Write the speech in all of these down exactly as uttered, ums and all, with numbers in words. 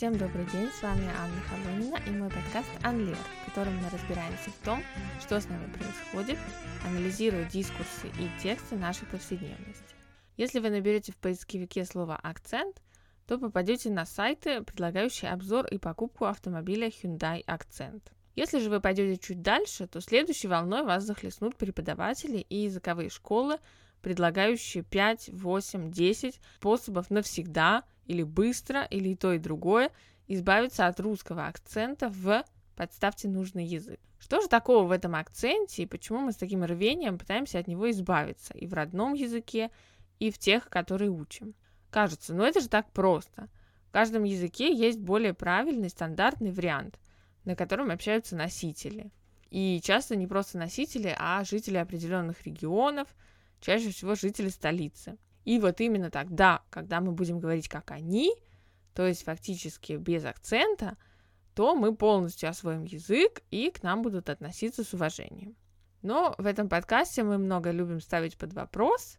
Всем добрый день, с вами Анна Халунина и мой подкаст «Анлер», в котором мы разбираемся в том, что с нами происходит, анализируя дискурсы и тексты нашей повседневности. Если вы наберете в поисковике слово «акцент», то попадете на сайты, предлагающие обзор и покупку автомобиля Hyundai Accent. Если же вы пойдете чуть дальше, то следующей волной вас захлестнут преподаватели и языковые школы, предлагающие пять, восемь, десять способов навсегда или быстро, или и то, и другое, избавиться от русского акцента в «подставьте нужный язык». Что же такого в этом акценте и почему мы с таким рвением пытаемся от него избавиться и в родном языке, и в тех, которые учим? Кажется, ну это же так просто. В каждом языке есть более правильный, стандартный вариант, на котором общаются носители. И часто не просто носители, а жители определенных регионов, чаще всего жители столицы. И вот именно тогда, когда мы будем говорить как они, то есть фактически без акцента, то мы полностью освоим язык и к нам будут относиться с уважением. Но в этом подкасте мы много любим ставить под вопрос,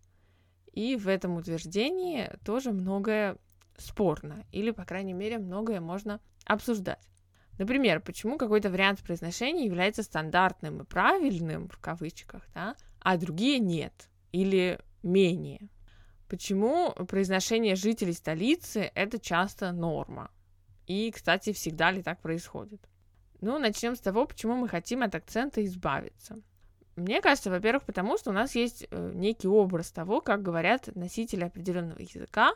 и в этом утверждении тоже многое спорно, или, по крайней мере, многое можно обсуждать. Например, почему какой-то вариант произношения является стандартным и правильным, в кавычках, да, а другие нет, или менее. Почему произношение жителей столицы – это часто норма? И, кстати, всегда ли так происходит? Ну, начнем с того, почему мы хотим от акцента избавиться. Мне кажется, во-первых, потому что у нас есть э, некий образ того, как говорят носители определенного языка,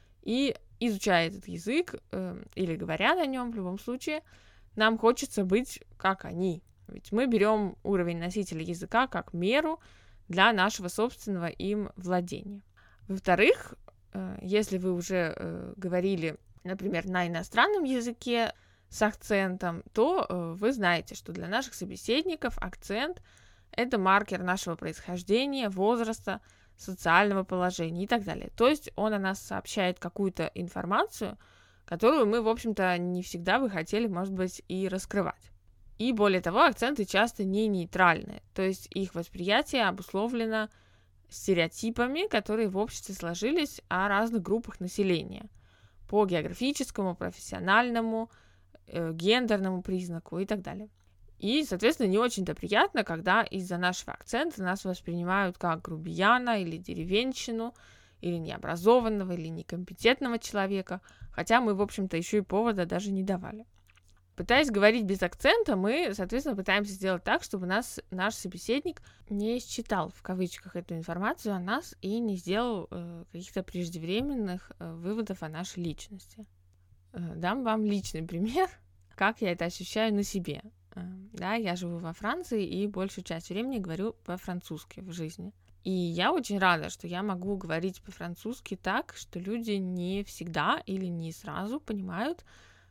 и изучая этот язык э, или говоря на нем в любом случае, нам хочется быть как они. Ведь мы берем уровень носителя языка как меру для нашего собственного им владения. Во-вторых, если вы уже говорили, например, на иностранном языке с акцентом, то вы знаете, что для наших собеседников акцент – это маркер нашего происхождения, возраста, социального положения и так далее. То есть он о нас сообщает какую-то информацию, которую мы, в общем-то, не всегда бы хотели, может быть, и раскрывать. И более того, акценты часто не нейтральные, то есть их восприятие обусловлено стереотипами, которые в обществе сложились о разных группах населения по географическому, профессиональному, э, гендерному признаку и так далее. И, соответственно, не очень-то приятно, когда из-за нашего акцента нас воспринимают как грубияна или деревенщину, или необразованного, или некомпетентного человека, хотя мы, в общем-то, еще и повода даже не давали. Пытаясь говорить без акцента, мы, соответственно, пытаемся сделать так, чтобы нас, наш собеседник не считал, в кавычках, эту информацию о нас и не сделал э, каких-то преждевременных э, выводов о нашей личности. Э, дам вам личный пример, как я это ощущаю на себе. Э, да, я живу во Франции и большую часть времени говорю по-французски в жизни. И я очень рада, что я могу говорить по-французски так, что люди не всегда или не сразу понимают,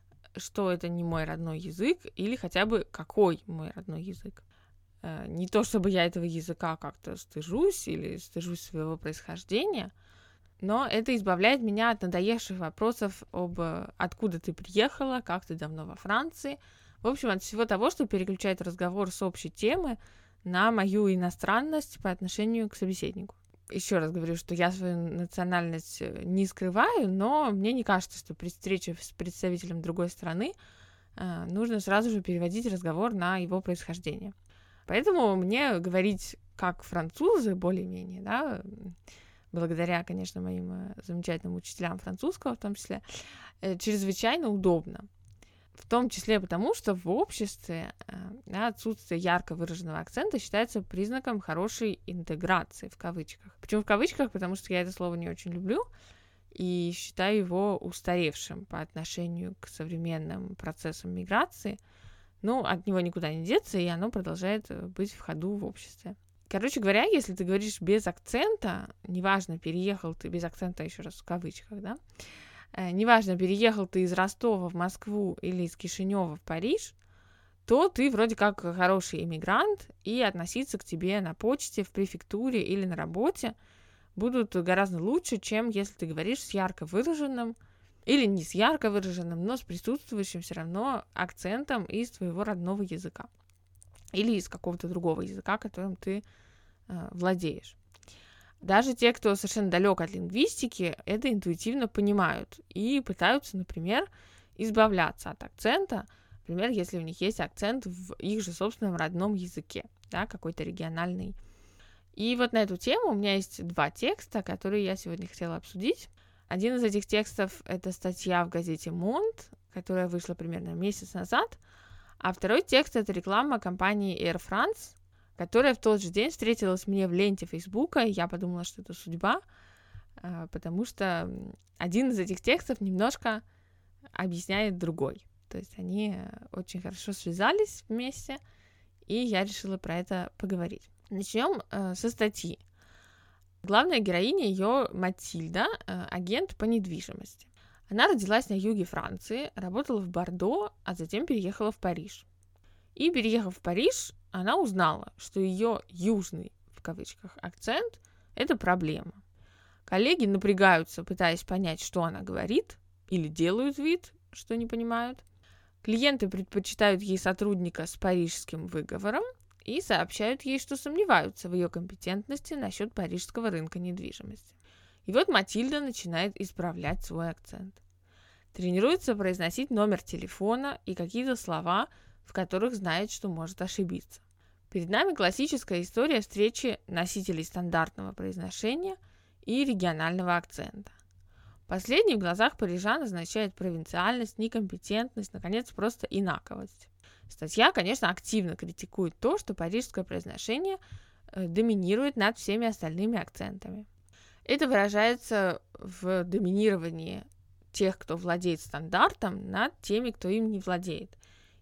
что это не мой родной язык, или хотя бы какой мой родной язык. Не то чтобы я этого языка как-то стыжусь или стыжусь своего происхождения, но это избавляет меня от надоевших вопросов об откуда ты приехала, как ты давно во Франции. В общем, от всего того, что переключает разговор с общей темы на мою иностранность по отношению к собеседнику. Еще раз говорю, что я свою национальность не скрываю, но мне не кажется, что при встрече с представителем другой страны э, нужно сразу же переводить разговор на его происхождение. Поэтому мне говорить как французы, более-менее, да, благодаря, конечно, моим замечательным учителям французского в том числе, э, чрезвычайно удобно. В том числе потому, что в обществе да, отсутствие ярко выраженного акцента считается признаком хорошей интеграции, в кавычках. Почему в кавычках? Потому что я это слово не очень люблю и считаю его устаревшим по отношению к современным процессам миграции. Ну, от него никуда не деться, и оно продолжает быть в ходу в обществе. Короче говоря, если ты говоришь без акцента, неважно, переехал ты без акцента, еще раз в кавычках, да, неважно, переехал ты из Ростова в Москву или из Кишинева в Париж, то ты вроде как хороший иммигрант, и относиться к тебе на почте, в префектуре или на работе будут гораздо лучше, чем если ты говоришь с ярко выраженным, или не с ярко выраженным, но с присутствующим все равно акцентом из твоего родного языка. Или из какого-то другого языка, которым ты э, владеешь. Даже те, кто совершенно далек от лингвистики, это интуитивно понимают и пытаются, например, избавляться от акцента, например, если у них есть акцент в их же собственном родном языке, да, какой-то региональный. И вот на эту тему у меня есть два текста, которые я сегодня хотела обсудить. Один из этих текстов — это статья в газете «Монт», которая вышла примерно месяц назад, а второй текст — это реклама компании Air France, которая в тот же день встретилась мне в ленте Фейсбука, и я подумала, что это судьба, потому что один из этих текстов немножко объясняет другой. То есть они очень хорошо связались вместе, и я решила про это поговорить. Начнем э, со статьи. Главная героиня ее Матильда, э, агент по недвижимости. Она родилась на юге Франции, работала в Бордо, а затем переехала в Париж. И, переехав в Париж, она узнала, что ее южный, в кавычках, акцент – это проблема. Коллеги напрягаются, пытаясь понять, что она говорит, или делают вид, что не понимают. Клиенты предпочитают ей сотрудника с парижским выговором и сообщают ей, что сомневаются в ее компетентности насчет парижского рынка недвижимости. И вот Матильда начинает исправлять свой акцент. Тренируется произносить номер телефона и какие-то слова, в которых знает, что может ошибиться. Перед нами классическая история встречи носителей стандартного произношения и регионального акцента. Последний в глазах парижан означает провинциальность, некомпетентность, наконец, просто инаковость. Статья, конечно, активно критикует то, что парижское произношение доминирует над всеми остальными акцентами. Это выражается в доминировании тех, кто владеет стандартом, над теми, кто им не владеет.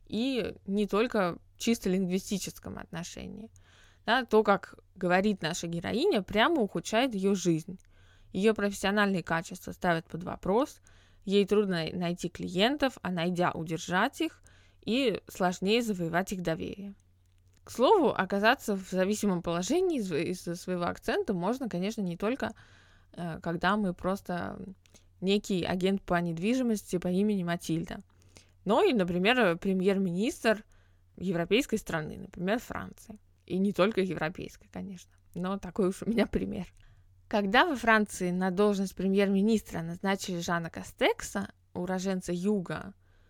И не только в чисто лингвистическом отношении. Да, то, как говорит наша героиня, прямо ухудшает ее жизнь. Ее профессиональные качества ставят под вопрос, ей трудно найти клиентов, а найдя, удержать их, и сложнее завоевать их доверие. К слову, оказаться в зависимом положении из-за своего акцента можно, конечно, не только э, когда мы просто некий агент по недвижимости по имени Матильда, но и, например, премьер-министр европейской страны, например, Франции. И не только европейской, конечно, но такой уж у меня пример. Когда во Франции на должность премьер-министра назначили Жана Кастекса, уроженца Юга,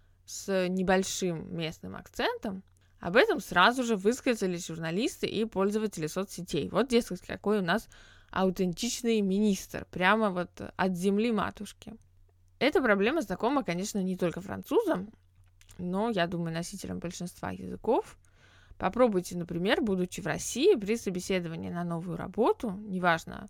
с небольшим местным акцентом, об этом сразу же высказались журналисты и пользователи соцсетей. Вот, дескать, какой у нас аутентичный министр, прямо вот от земли матушки. Эта проблема знакома, конечно, не только французам, но, я думаю, носителям большинства языков. Попробуйте, например, будучи в России, при собеседовании на новую работу, неважно,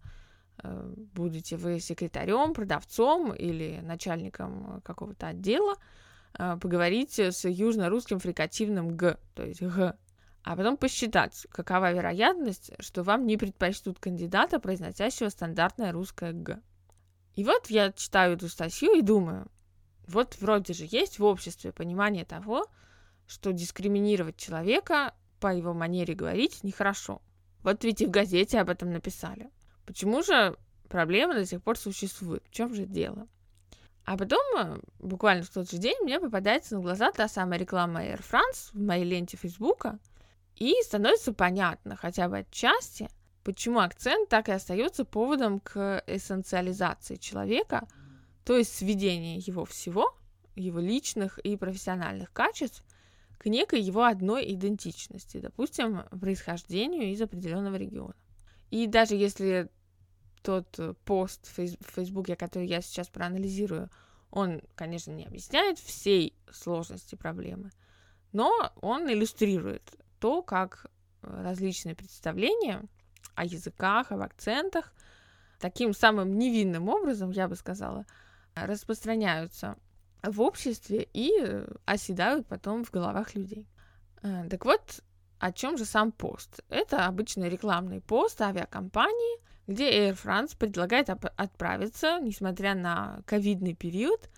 будете вы секретарем, продавцом или начальником какого-то отдела, поговорить с южно-русским фрикативным «г», то есть «г», а потом посчитать, какова вероятность, что вам не предпочтут кандидата, произносящего стандартное русское «г». И вот я читаю эту статью и думаю, вот вроде же есть в обществе понимание того, что дискриминировать человека по его манере говорить нехорошо. Вот ведь и в газете об этом написали. Почему же проблема до сих пор существует? В чем же дело? А потом, буквально в тот же день, мне попадается на глаза та самая реклама Air France в моей ленте Фейсбука, и становится понятно, хотя бы отчасти, почему акцент так и остается поводом к эссенциализации человека, то есть сведению его всего, его личных и профессиональных качеств, к некой его одной идентичности, допустим, происхождению из определенного региона. И даже если тот пост в Фейсбуке, который я сейчас проанализирую, он, конечно, не объясняет всей сложности проблемы, но он иллюстрирует то, как различные представления о языках, об акцентах таким самым невинным образом, я бы сказала, распространяются в обществе и оседают потом в головах людей. Так вот, о чем же сам пост? Это обычный рекламный пост авиакомпании, где Air France предлагает оп- отправиться, несмотря на ковидный период,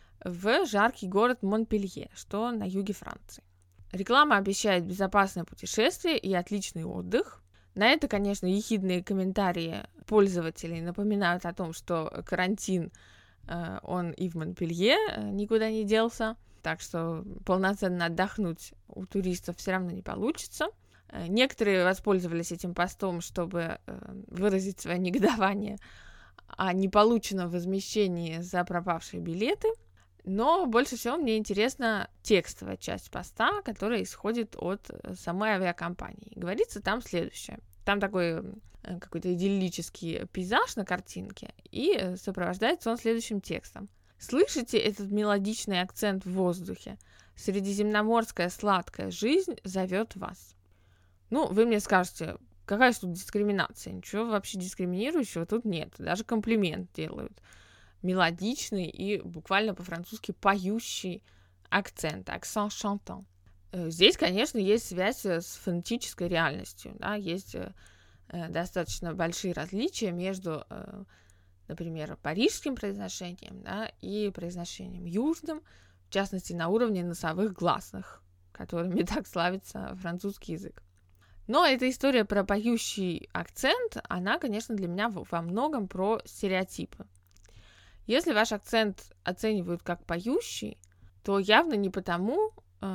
в жаркий город Монпелье, что на юге Франции. Реклама обещает безопасное путешествие и отличный отдых. На это, конечно, ехидные комментарии пользователей напоминают о том, что карантин, э, он и в Монпелье никуда не делся, так что полноценно отдохнуть у туристов все равно не получится. Некоторые воспользовались этим постом, чтобы выразить свое негодование о неполученном возмещении за пропавшие билеты. Но больше всего мне интересна текстовая часть поста, которая исходит от самой авиакомпании. Говорится там следующее. Там такой какой-то идиллический пейзаж на картинке, и сопровождается он следующим текстом. «Слышите этот мелодичный акцент в воздухе? Средиземноморская сладкая жизнь зовет вас». Ну, вы мне скажете, какая же тут дискриминация? Ничего вообще дискриминирующего тут нет. Даже комплимент делают. Мелодичный и буквально по-французски поющий акцент, акцент chantant. Здесь, конечно, есть связь с фонетической реальностью, да, есть э, достаточно большие различия между, э, например, парижским произношением, да, и произношением южным, в частности, на уровне носовых гласных, которыми так славится французский язык. Но эта история про поющий акцент, она, конечно, для меня во многом про стереотипы. Если ваш акцент оценивают как поющий, то явно не потому,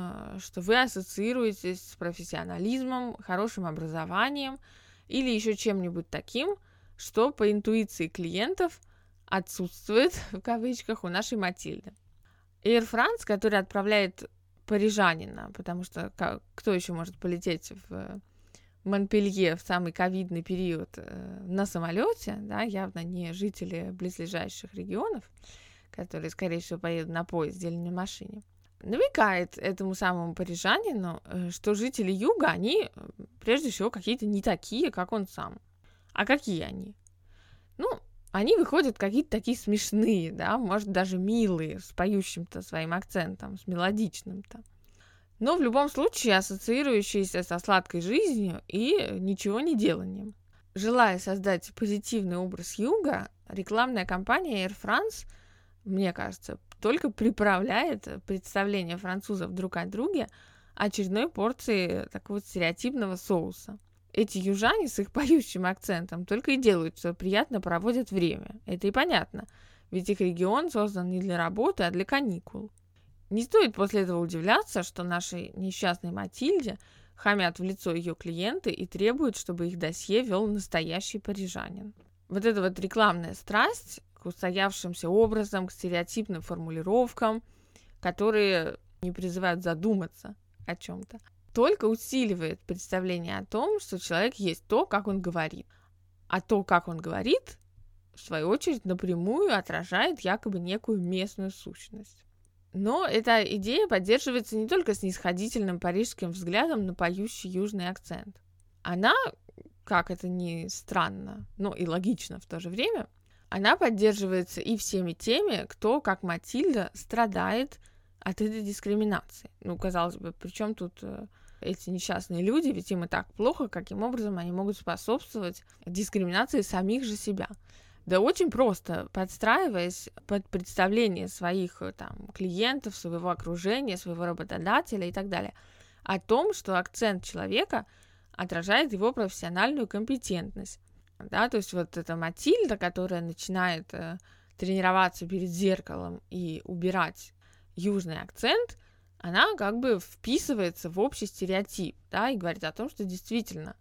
что вы ассоциируетесь с профессионализмом, хорошим образованием или еще чем-нибудь таким, что по интуиции клиентов отсутствует, в кавычках, у нашей Матильды. Air France, который отправляет парижанина, потому что кто еще может полететь в Монпелье в самый ковидный период э, на самолете, да, явно не жители близлежащих регионов, которые, скорее всего, поедут на поезде или на машине, намекает этому самому парижанину, э, что жители юга, они, прежде всего, какие-то не такие, как он сам. А какие они? Ну, они выходят какие-то такие смешные, да, может, даже милые, с поющим-то своим акцентом, с мелодичным-то. Но в любом случае ассоциирующиеся со сладкой жизнью и ничего не деланием. Желая создать позитивный образ юга, рекламная кампания Air France, мне кажется, только приправляет представление французов друг о друге очередной порцией такого стереотипного соуса. Эти южане с их поющим акцентом только и делают, что приятно проводят время. Это и понятно, ведь их регион создан не для работы, а для каникул. Не стоит после этого удивляться, что нашей несчастной Матильде хамят в лицо ее клиенты и требуют, чтобы их досье вел настоящий парижанин. Вот эта вот рекламная страсть к устоявшимся образам, к стереотипным формулировкам, которые не призывают задуматься о чем-то, только усиливает представление о том, что человек есть то, как он говорит. А то, как он говорит, в свою очередь, напрямую отражает якобы некую местную сущность. Но эта идея поддерживается не только снисходительным парижским взглядом на поющий южный акцент. Она, как это ни странно, но и логично в то же время, она поддерживается и всеми теми, кто, как Матильда, страдает от этой дискриминации. Ну, казалось бы, при чем тут э, эти несчастные люди, ведь им и так плохо, каким образом они могут способствовать дискриминации самих же себя. Да очень просто, подстраиваясь под представление своих там, клиентов, своего окружения, своего работодателя и так далее, о том, что акцент человека отражает его профессиональную компетентность. Да, то есть вот эта Матильда, которая начинает э, тренироваться перед зеркалом и убирать южный акцент, она как бы вписывается в общий стереотип, да, и говорит о том, что действительно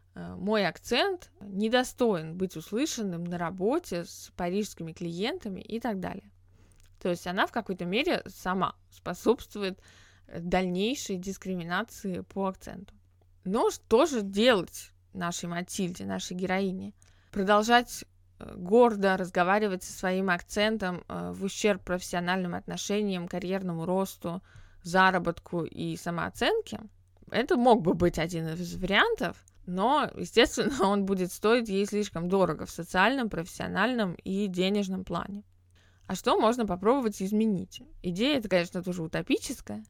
мой акцент недостоин быть услышанным на работе с парижскими клиентами и так далее. То есть она в какой-то мере сама способствует дальнейшей дискриминации по акценту. Но что же делать нашей Матильде, нашей героине? Продолжать гордо разговаривать со своим акцентом в ущерб профессиональным отношениям, карьерному росту, заработку и самооценке? Это мог бы быть один из вариантов, но, естественно, он будет стоить ей слишком дорого в социальном, профессиональном и денежном плане. А что можно попробовать изменить? Идея, это, конечно, тоже утопическая,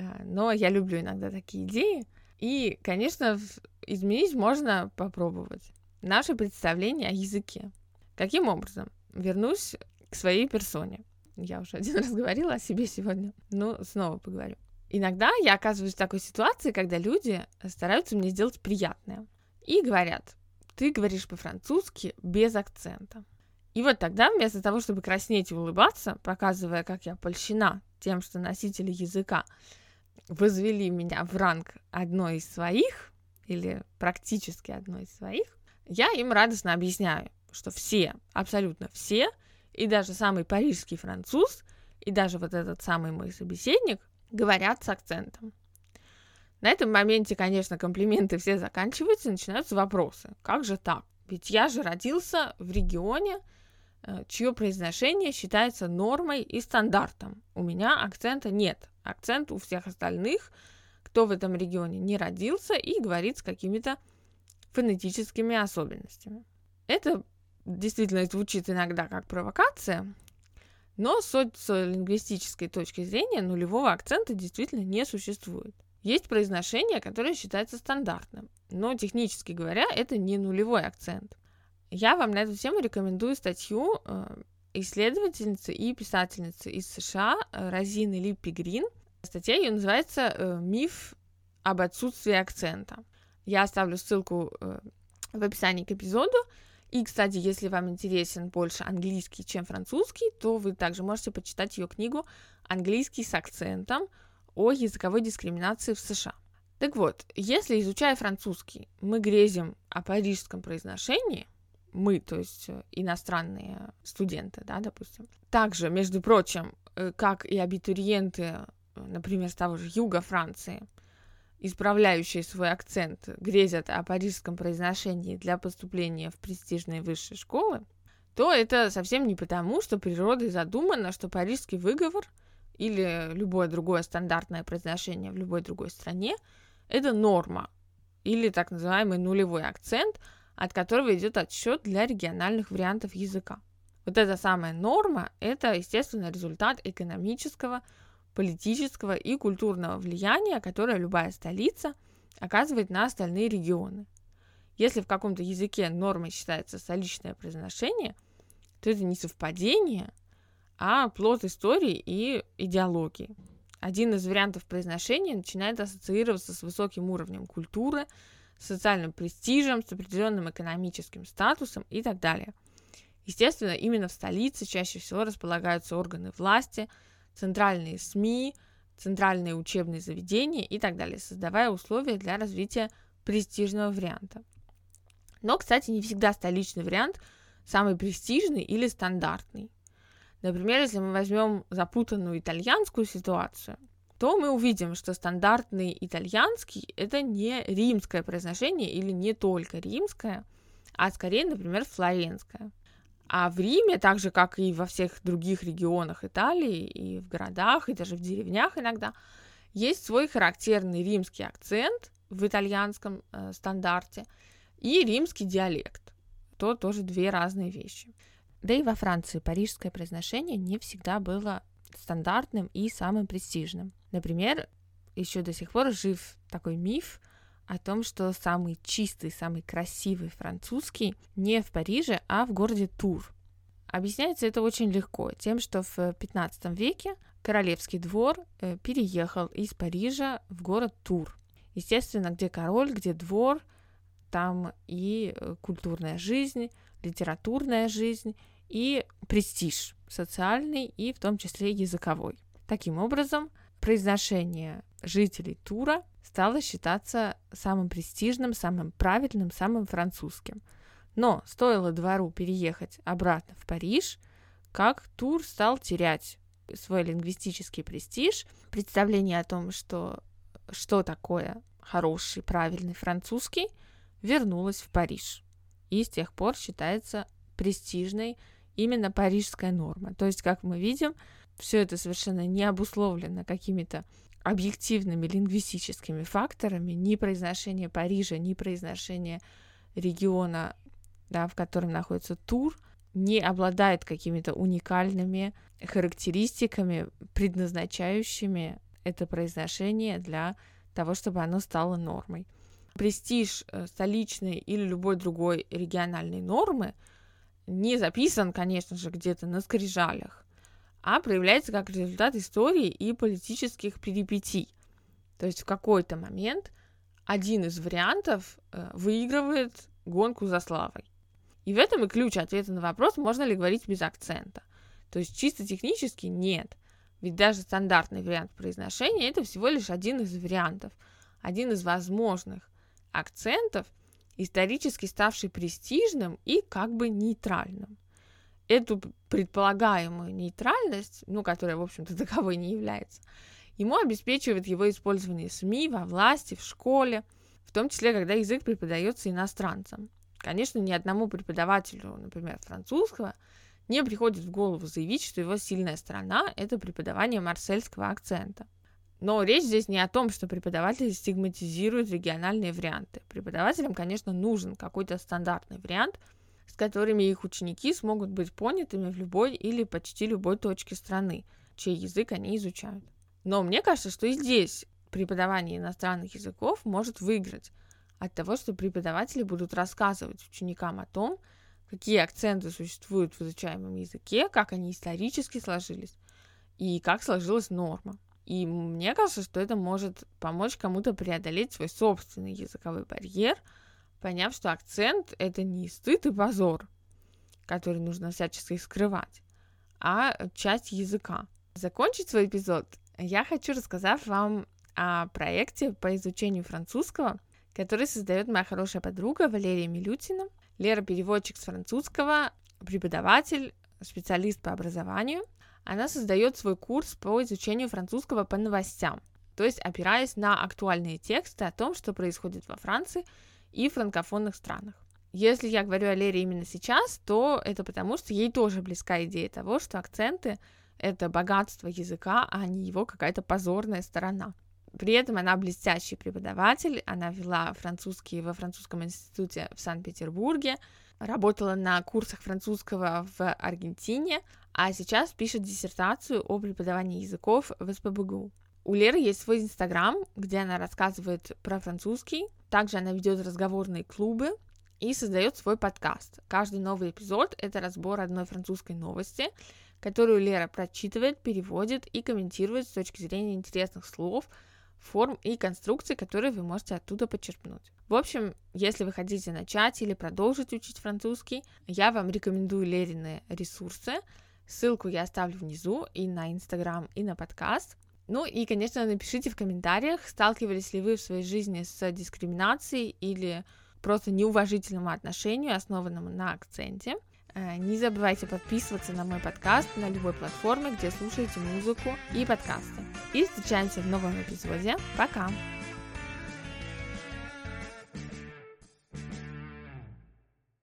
но я люблю иногда такие идеи. И, конечно, изменить можно попробовать наше представление о языке. Каким образом? Вернусь к своей персоне. Я уже один раз говорила о себе сегодня, но снова поговорю. Иногда я оказываюсь в такой ситуации, когда люди стараются мне сделать приятное. И говорят, ты говоришь по-французски без акцента. И вот тогда вместо того, чтобы краснеть и улыбаться, показывая, как я польщена тем, что носители языка возвели меня в ранг одной из своих, или практически одной из своих, я им радостно объясняю, что все, абсолютно все, и даже самый парижский француз и даже вот этот самый мой собеседник говорят с акцентом. На этом моменте, конечно, комплименты все заканчиваются, и начинаются вопросы. Как же так? Ведь я же родился в регионе, чье произношение считается нормой и стандартом. У меня акцента нет. Акцент у всех остальных, кто в этом регионе не родился и говорит с какими-то фонетическими особенностями. Это действительно звучит иногда как провокация, но с социолингвистической точки зрения нулевого акцента действительно не существует. Есть произношение, которое считается стандартным, но технически говоря, это не нулевой акцент. Я вам на эту тему рекомендую статью исследовательницы и писательницы из США Розины Липпи-Грин. Статья ее называется «Миф об отсутствии акцента». Я оставлю ссылку в описании к эпизоду. И, кстати, если вам интересен больше английский, чем французский, то вы также можете почитать ее книгу «Английский с акцентом» о языковой дискриминации в США. Так вот, если, изучая французский, мы грезим о парижском произношении, мы, то есть иностранные студенты, да, допустим, также, между прочим, как и абитуриенты, например, с того же юга Франции, исправляющие свой акцент, грезят о парижском произношении для поступления в престижные высшие школы, то это совсем не потому, что природой задумано, что парижский выговор или любое другое стандартное произношение в любой другой стране – это норма, или так называемый нулевой акцент, от которого идет отсчет для региональных вариантов языка. Вот эта самая норма – это, естественно, результат экономического, политического и культурного влияния, которое любая столица оказывает на остальные регионы. Если в каком-то языке нормой считается столичное произношение, то это не совпадение, а плод истории и идеологии. Один из вариантов произношения начинает ассоциироваться с высоким уровнем культуры, с социальным престижем, с определенным экономическим статусом и так далее. Естественно, именно в столице чаще всего располагаются органы власти, центральные СМИ, центральные учебные заведения и так далее, создавая условия для развития престижного варианта. Но, кстати, не всегда столичный вариант самый престижный или стандартный. Например, если мы возьмем запутанную итальянскую ситуацию, то мы увидим, что стандартный итальянский – это не римское произношение или не только римское, а скорее, например, флоренское. А в Риме, так же, как и во всех других регионах Италии, и в городах, и даже в деревнях иногда, есть свой характерный римский акцент в итальянском э, стандарте и римский диалект. То тоже две разные вещи. Да и во Франции парижское произношение не всегда было стандартным и самым престижным. Например, еще до сих пор жив такой миф о том, что самый чистый, самый красивый французский не в Париже, а в городе Тур. Объясняется это очень легко, тем, что в пятнадцатом веке королевский двор переехал из Парижа в город Тур. Естественно, где король, где двор, там и культурная жизнь, литературная жизнь и престиж социальный и в том числе языковой. Таким образом, произношение жителей Тура стало считаться самым престижным, самым правильным, самым французским. Но стоило двору переехать обратно в Париж, как Тур стал терять свой лингвистический престиж, представление о том, что, что такое хороший, правильный французский, вернулось в Париж. И с тех пор считается престижной именно парижская норма. То есть, как мы видим, все это совершенно не обусловлено какими-то объективными лингвистическими факторами, ни произношение Парижа, ни произношение региона, да, в котором находится Тур, не обладает какими-то уникальными характеристиками, предназначающими это произношение для того, чтобы оно стало нормой. Престиж столичной или любой другой региональной нормы не записан, конечно же, где-то на скрижалях, а проявляется как результат истории и политических перипетий. То есть в какой-то момент один из вариантов выигрывает гонку за славой. И в этом и ключ ответа на вопрос, можно ли говорить без акцента. То есть чисто технически нет. Ведь даже стандартный вариант произношения – это всего лишь один из вариантов, один из возможных акцентов, исторически ставший престижным и как бы нейтральным. эту предполагаемую нейтральность, ну, которая, в общем-то, таковой не является, ему обеспечивает его использование СМИ, во власти, в школе, в том числе, когда язык преподается иностранцам. Конечно, ни одному преподавателю, например, французского, не приходит в голову заявить, что его сильная сторона – это преподавание марсельского акцента. Но речь здесь не о том, что преподаватели стигматизируют региональные варианты. Преподавателям, конечно, нужен какой-то стандартный вариант, с которыми их ученики смогут быть понятыми в любой или почти любой точке страны, чей язык они изучают. Но мне кажется, что и здесь преподавание иностранных языков может выиграть от того, что преподаватели будут рассказывать ученикам о том, какие акценты существуют в изучаемом языке, как они исторически сложились и как сложилась норма. И мне кажется, что это может помочь кому-то преодолеть свой собственный языковой барьер, поняв, что акцент – это не стыд и позор, который нужно всячески скрывать, а часть языка. Закончить свой эпизод я хочу рассказать вам о проекте по изучению французского, который создает моя хорошая подруга Валерия Милютина. Лера – переводчик с французского, преподаватель, специалист по образованию. Она создает свой курс по изучению французского по новостям, то есть опираясь на актуальные тексты о том, что происходит во Франции и франкофонных странах. Если я говорю о Лере именно сейчас, то это потому, что ей тоже близка идея того, что акценты – это богатство языка, а не его какая-то позорная сторона. При этом она блестящий преподаватель, она вела французский во французском институте в Санкт-Петербурге, работала на курсах французского в Аргентине, а сейчас пишет диссертацию о преподавании языков в СПбГУ. У Леры есть свой инстаграм, где она рассказывает про французский, также она ведет разговорные клубы и создает свой подкаст. Каждый новый эпизод – это разбор одной французской новости, которую Лера прочитывает, переводит и комментирует с точки зрения интересных слов, форм и конструкций, которые вы можете оттуда почерпнуть. В общем, если вы хотите начать или продолжить учить французский, я вам рекомендую Лерины ресурсы. Ссылку я оставлю внизу и на Инстаграм, и на подкаст. Ну и, конечно, напишите в комментариях, сталкивались ли вы в своей жизни с дискриминацией или просто неуважительным отношением, основанному на акценте. Не забывайте подписываться на мой подкаст на любой платформе, где слушаете музыку и подкасты. И встречаемся в новом эпизоде. Пока!